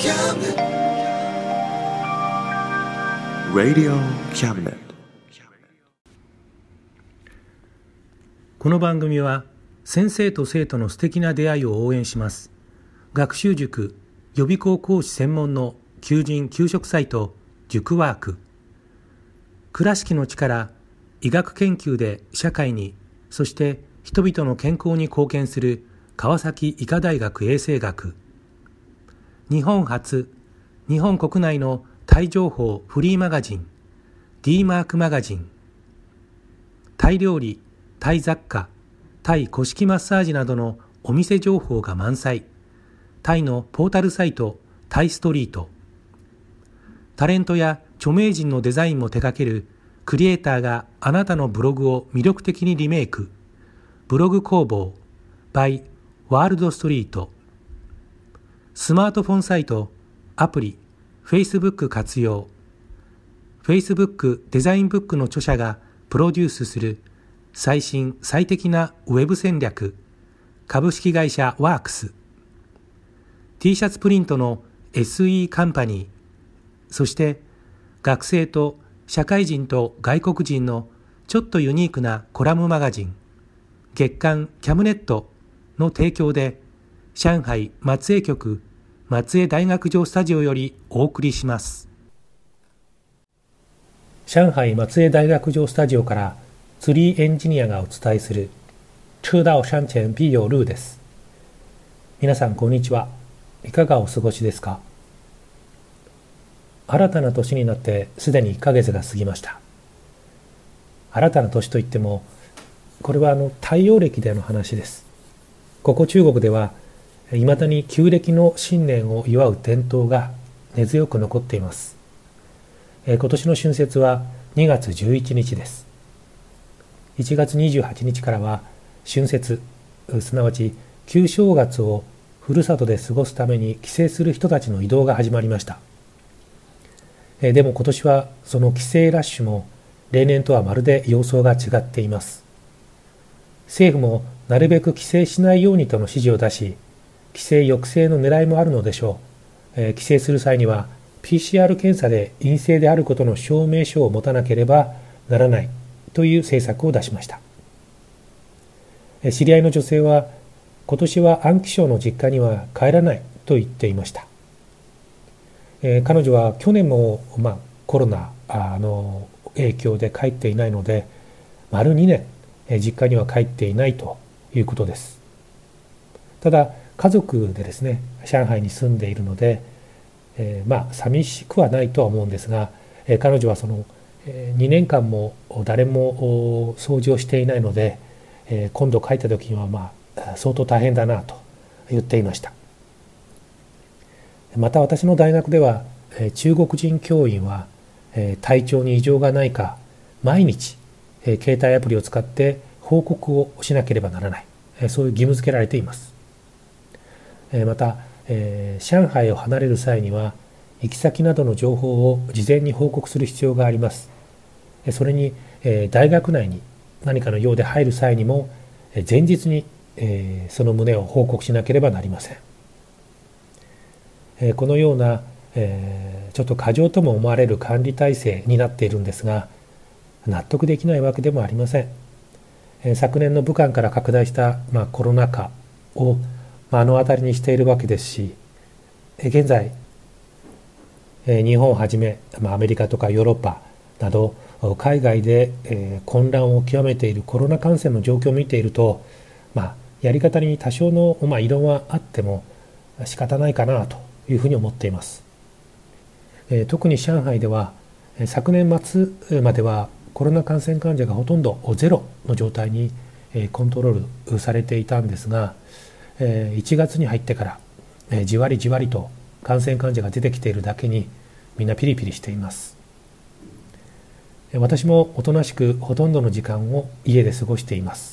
Radio Cabinet。 この番組は先生と生徒の素敵な出会いを応援します。学習塾予備校講師専門の求人・求職サイト塾ワーク。倉敷の力、医学研究で社会に、そして人々の健康に貢献する川崎医科大学衛生学。日本初、日本国内のタイ情報フリーマガジン D マークマガジン。タイ料理、タイ雑貨、タイ古式マッサージなどのお店情報が満載。タイのポータルサイトタイストリート。タレントや著名人のデザインも手掛けるクリエイターがあなたのブログを魅力的にリメイク。ブログ工房 by ワールドストリート。スマートフォンサイト、アプリ、Facebook 活用。Facebook デザインブックの著者がプロデュースする最新最適なウェブ戦略。株式会社ワークス。T シャツプリントの SE カンパニー。そして学生と社会人と外国人のちょっとユニークなコラムマガジン月刊キャムネットの提供で上海松江局松江大学城スタジオよりお送りします。上海松江大学城スタジオからツリーエンジニアがお伝えする车到山前必有路です。皆さんこんにちは。いかがお過ごしですか？新たな年になってすでに1ヶ月が過ぎました。新たな年といってもこれは太陽暦での話です。ここ中国ではいまだに旧暦の新年を祝う伝統が根強く残っています。今年の春節は2月11日です。1月28日からは春節、すなわち旧正月をふるさとで過ごすために帰省する人たちの移動が始まりました。でも今年はその帰省ラッシュも例年とはまるで様相が違っています。政府もなるべく帰省しないようにとの指示を出し、帰省抑制の狙いもあるのでしょう。帰省する際には PCR 検査で陰性であることの証明書を持たなければならないという政策を出しました。知り合いの女性は今年は安徽省の実家には帰らないと言っていました。彼女は去年も、コロナの影響で帰っていないので丸2年実家には帰っていないということです。ただ家族でですね上海に住んでいるので、寂しくはないとは思うんですが、彼女はその2年間も誰も掃除をしていないので、今度帰った時には相当大変だなと言っていました。また私の大学では中国人教員は体調に異常がないか毎日携帯アプリを使って報告をしなければならない、そういう義務付けられています。また上海を離れる際には行き先などの情報を事前に報告する必要があります。それに大学内に何かの用で入る際にも前日にその旨を報告しなければなりません。このようなちょっと過剰とも思われる管理体制になっているんですが、納得できないわけでもありません。昨年の武漢から拡大した、コロナ禍を目の当たりにしているわけですし、現在日本をはじめアメリカとかヨーロッパなど海外で混乱を極めているコロナ感染の状況を見ていると、やり方に多少の異論はあっても仕方ないかなというふうに思っています。特に上海では昨年末まではコロナ感染患者がほとんどゼロの状態にコントロールされていたんですが、1月に入ってからじわりじわりと感染患者が出てきているだけにみんなピリピリしています。私もおとなしくほとんどの時間を家で過ごしています。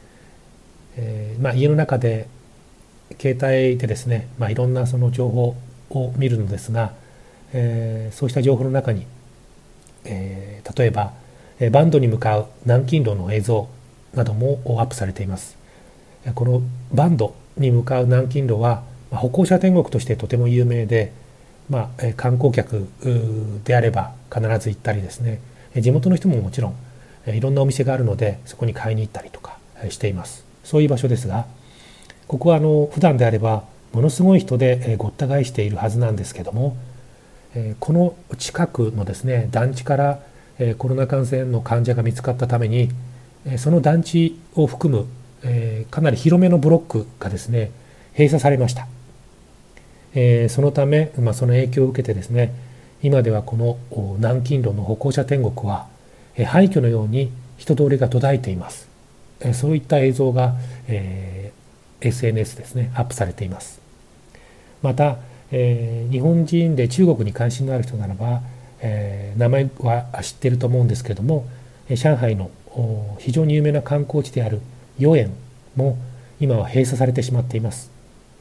家の中で携帯でですね、いろんなその情報を見るのですが、そうした情報の中に、例えばバンドに向かう南京路の映像などもアップされています。このバンドに向かう南京路は歩行者天国としてとても有名で、観光客であれば必ず行ったりですね、地元の人ももちろんいろんなお店があるのでそこに買いに行ったりとかしています。そういう場所ですが、ここは普段であればものすごい人でごった返しているはずなんですけども、この近くのですね団地からコロナ感染の患者が見つかったために、その団地を含むかなり広めのブロックがですね閉鎖されました。そのため、その影響を受けてですね、今ではこの南京路の歩行者天国は廃墟のように人通りが途絶えています。そういった映像が、SNS ですねアップされています。また、日本人で中国に関心のある人ならば、名前は知っていると思うんですけれども、上海の非常に有名な観光地である豫園も今は閉鎖されてしまっています。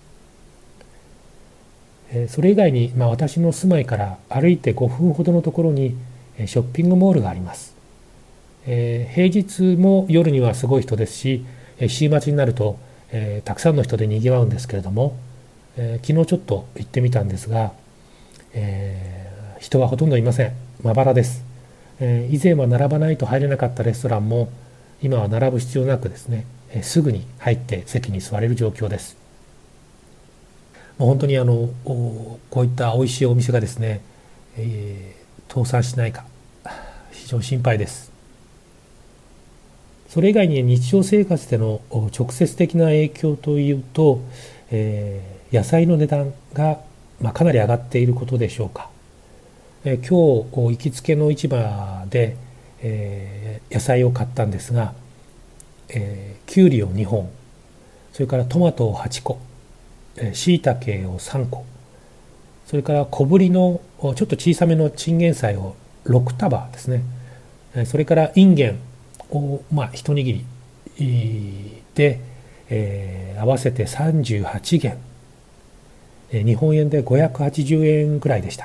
それ以外に、私の住まいから歩いて5分ほどのところにショッピングモールがあります。平日も夜にはすごい人ですし、週末になると、たくさんの人でにぎわうんですけれども、昨日ちょっと行ってみたんですが、人はほとんどいません。まばらです。以前は並ばないと入れなかったレストランも今は並ぶ必要なくですね、すぐに入って席に座れる状況です。もう本当にこういった美味しいお店がですね、倒産しないか非常に心配です。それ以外に日常生活での直接的な影響というと、野菜の値段がかなり上がっていることでしょうか。今日行きつけの市場で、野菜を買ったんですが、きゅうりを2本、それからトマトを8個、しいたけを3個、それから小ぶりのちょっと小さめのチンゲン菜を6束ですね、それからインゲンを一握りで、合わせて38元、日本円で580円くらいでした。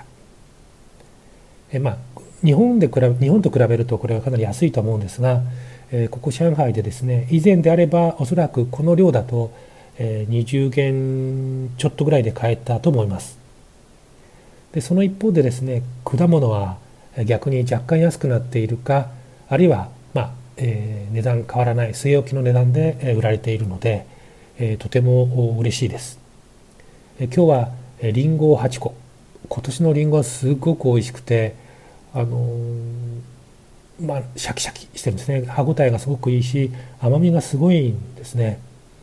日本と比べるとこれはかなり安いと思うんですが、ここ上海でですね、以前であればおそらくこの量だと20元ちょっとぐらいで買えたと思います。でその一方でですね、果物は逆に若干安くなっているか、あるいは値段変わらない据え置きの値段で売られているので、とても嬉しいです。今日はリンゴを8個、今年のリンゴはすごく美味しくて、シャキシャキしてるんですね。歯ごたえがすごくいいし、甘みがすごいんですね。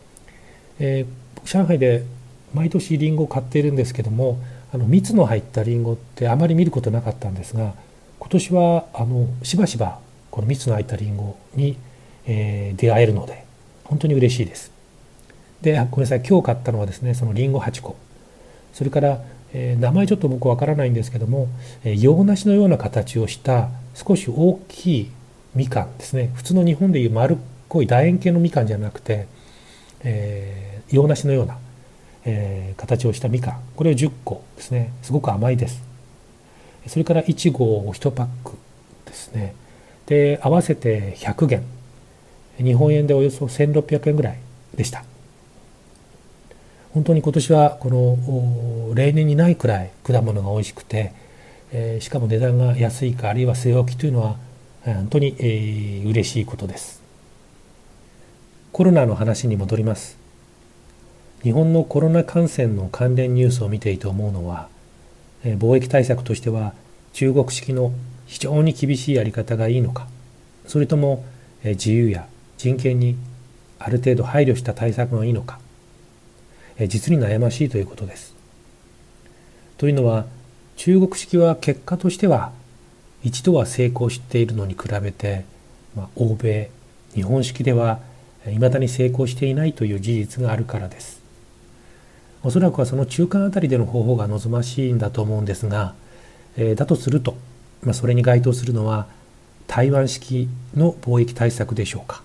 上海で毎年リンゴを買っているんですけども、蜜の入ったリンゴってあまり見ることなかったんですが、今年はしばしばこの蜜の入ったリンゴに、出会えるので本当に嬉しいです。で、ごめんなさい、今日買ったのはですね、そのリンゴ8個、それから、名前ちょっと僕わからないんですけども、洋梨のような形をした少し大きいみかんですね。普通の日本でいう丸っこい楕円形のみかんじゃなくて、洋梨のような、形をしたみかん、これを10個ですね。すごく甘いです。それからいちごを1パックですね。で合わせて100元、日本円でおよそ1600円ぐらいでした。本当に今年はこの例年にないくらい果物が美味しくて、しかも値段が安いか、あるいは据え置きというのは本当に嬉しいことです。コロナの話に戻ります。日本のコロナ感染の関連ニュースを見ていて思うのは、防疫対策としては中国式の非常に厳しいやり方がいいのか、それとも自由や人権にある程度配慮した対策がいいのか、実に悩ましいということです。というのは、中国式は結果としては一度は成功しているのに比べて、欧米日本式では未だに成功していないという事実があるからです。おそらくはその中間あたりでの方法が望ましいんだと思うんですが、だとすると、それに該当するのは台湾式の防疫対策でしょうか。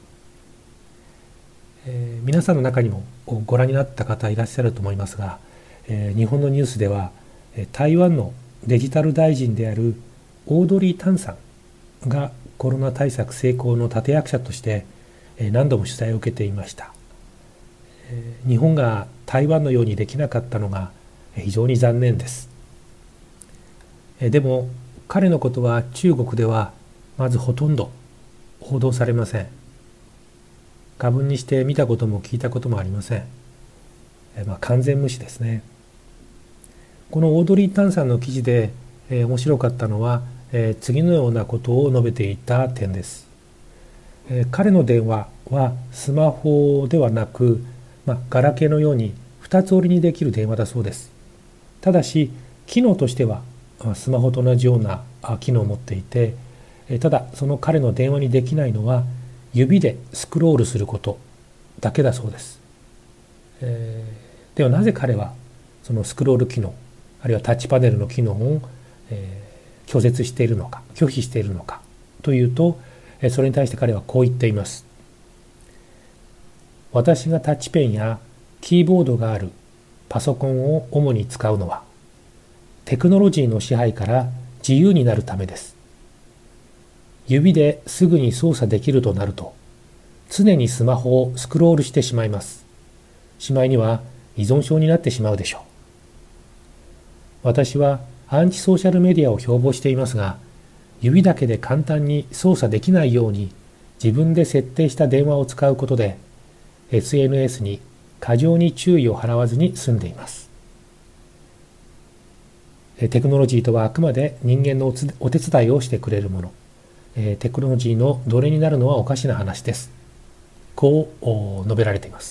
皆さんの中にもご覧になった方いらっしゃると思いますが、日本のニュースでは台湾のデジタル大臣であるオードリー・タンさんがコロナ対策成功の立役者として何度も取材を受けていました。日本が台湾のようにできなかったのが非常に残念です。でも彼のことは中国ではまずほとんど報道されません。過分にして見たことも聞いたこともありません。完全無視ですね。このオードリー・タンさんの記事で、面白かったのは、次のようなことを述べていた点です。彼の電話はスマホではなく、ガラケーのように2つ折りにできる電話だそうです。ただし機能としてはスマホと同じような機能を持っていて、ただその彼の電話にできないのは指でスクロールすることだけだそうです。ではなぜ彼はそのスクロール機能あるいはタッチパネルの機能を、拒絶しているのか拒否しているのかというと、それに対して彼はこう言っています。私がタッチペンやキーボードがあるパソコンを主に使うのはテクノロジーの支配から自由になるためです。指ですぐに操作できるとなると常にスマホをスクロールしてしまいます。しまいには依存症になってしまうでしょう。私はアンチソーシャルメディアを標榜していますが、指だけで簡単に操作できないように自分で設定した電話を使うことで SNS に過剰に注意を払わずに済んでいます。テクノロジーとはあくまで人間のお手伝いをしてくれるもの。テクノロジーの奴隷になるのはおかしな話です。こう述べられています。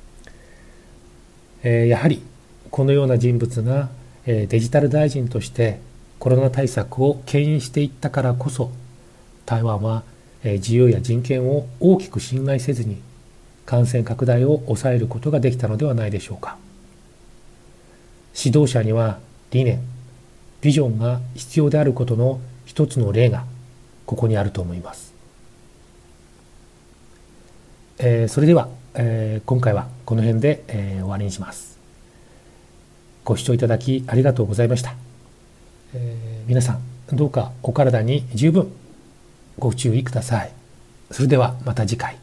やはりこのような人物がデジタル大臣としてコロナ対策を牽引していったからこそ、台湾は自由や人権を大きく侵害せずに感染拡大を抑えることができたのではないでしょうか。指導者には理念、ビジョンが必要であることの一つの例がここにあると思います。それでは、今回はこの辺で、終わりにします。ご視聴いただきありがとうございました。皆さんどうかお体に十分ご注意ください。それではまた次回。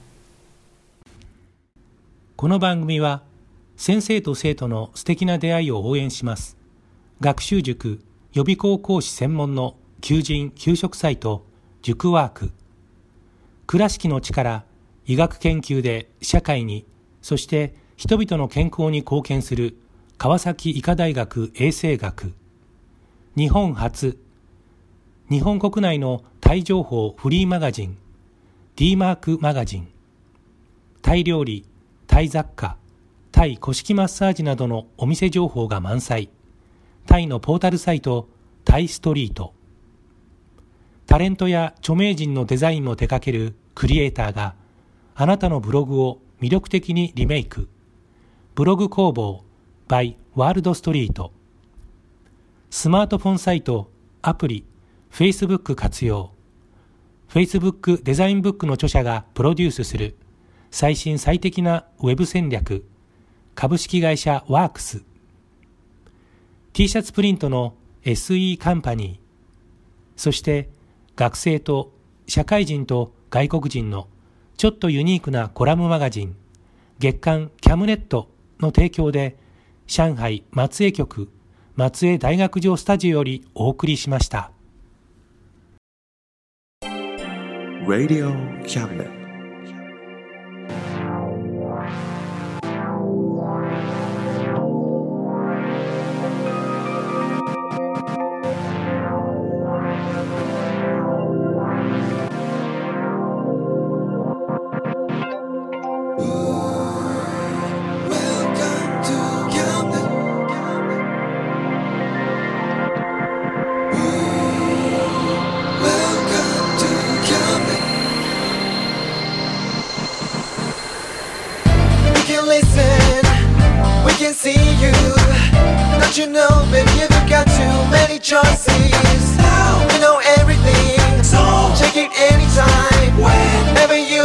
この番組は先生と生徒の素敵な出会いを応援します。学習塾予備校講師専門の求人・求職サイト塾ワーク。倉敷の力、医学研究で社会に、そして人々の健康に貢献する川崎医科大学衛生学。日本初、日本国内のタイ情報フリーマガジン D マークマガジン。タイ料理、タイ雑貨、タイ古式マッサージなどのお店情報が満載。タイのポータルサイトタイストリート。タレントや著名人のデザインも手掛けるクリエイターがあなたのブログを魅力的にリメイク。ブログ工房 by ワールドストリート。スマートフォンサイト、アプリ、Facebook 活用。Facebook デザインブックの著者がプロデュースする最新最適なウェブ戦略。株式会社ワークス。T シャツプリントの SE カンパニー。そして学生と社会人と外国人のちょっとユニークなコラムマガジン月刊キャムネットの提供で上海松江局松江大学城スタジオよりお送りしました。 Radio Cabinet. You know, baby, you've got too many choices. You know everything, so check it anytime, whenever you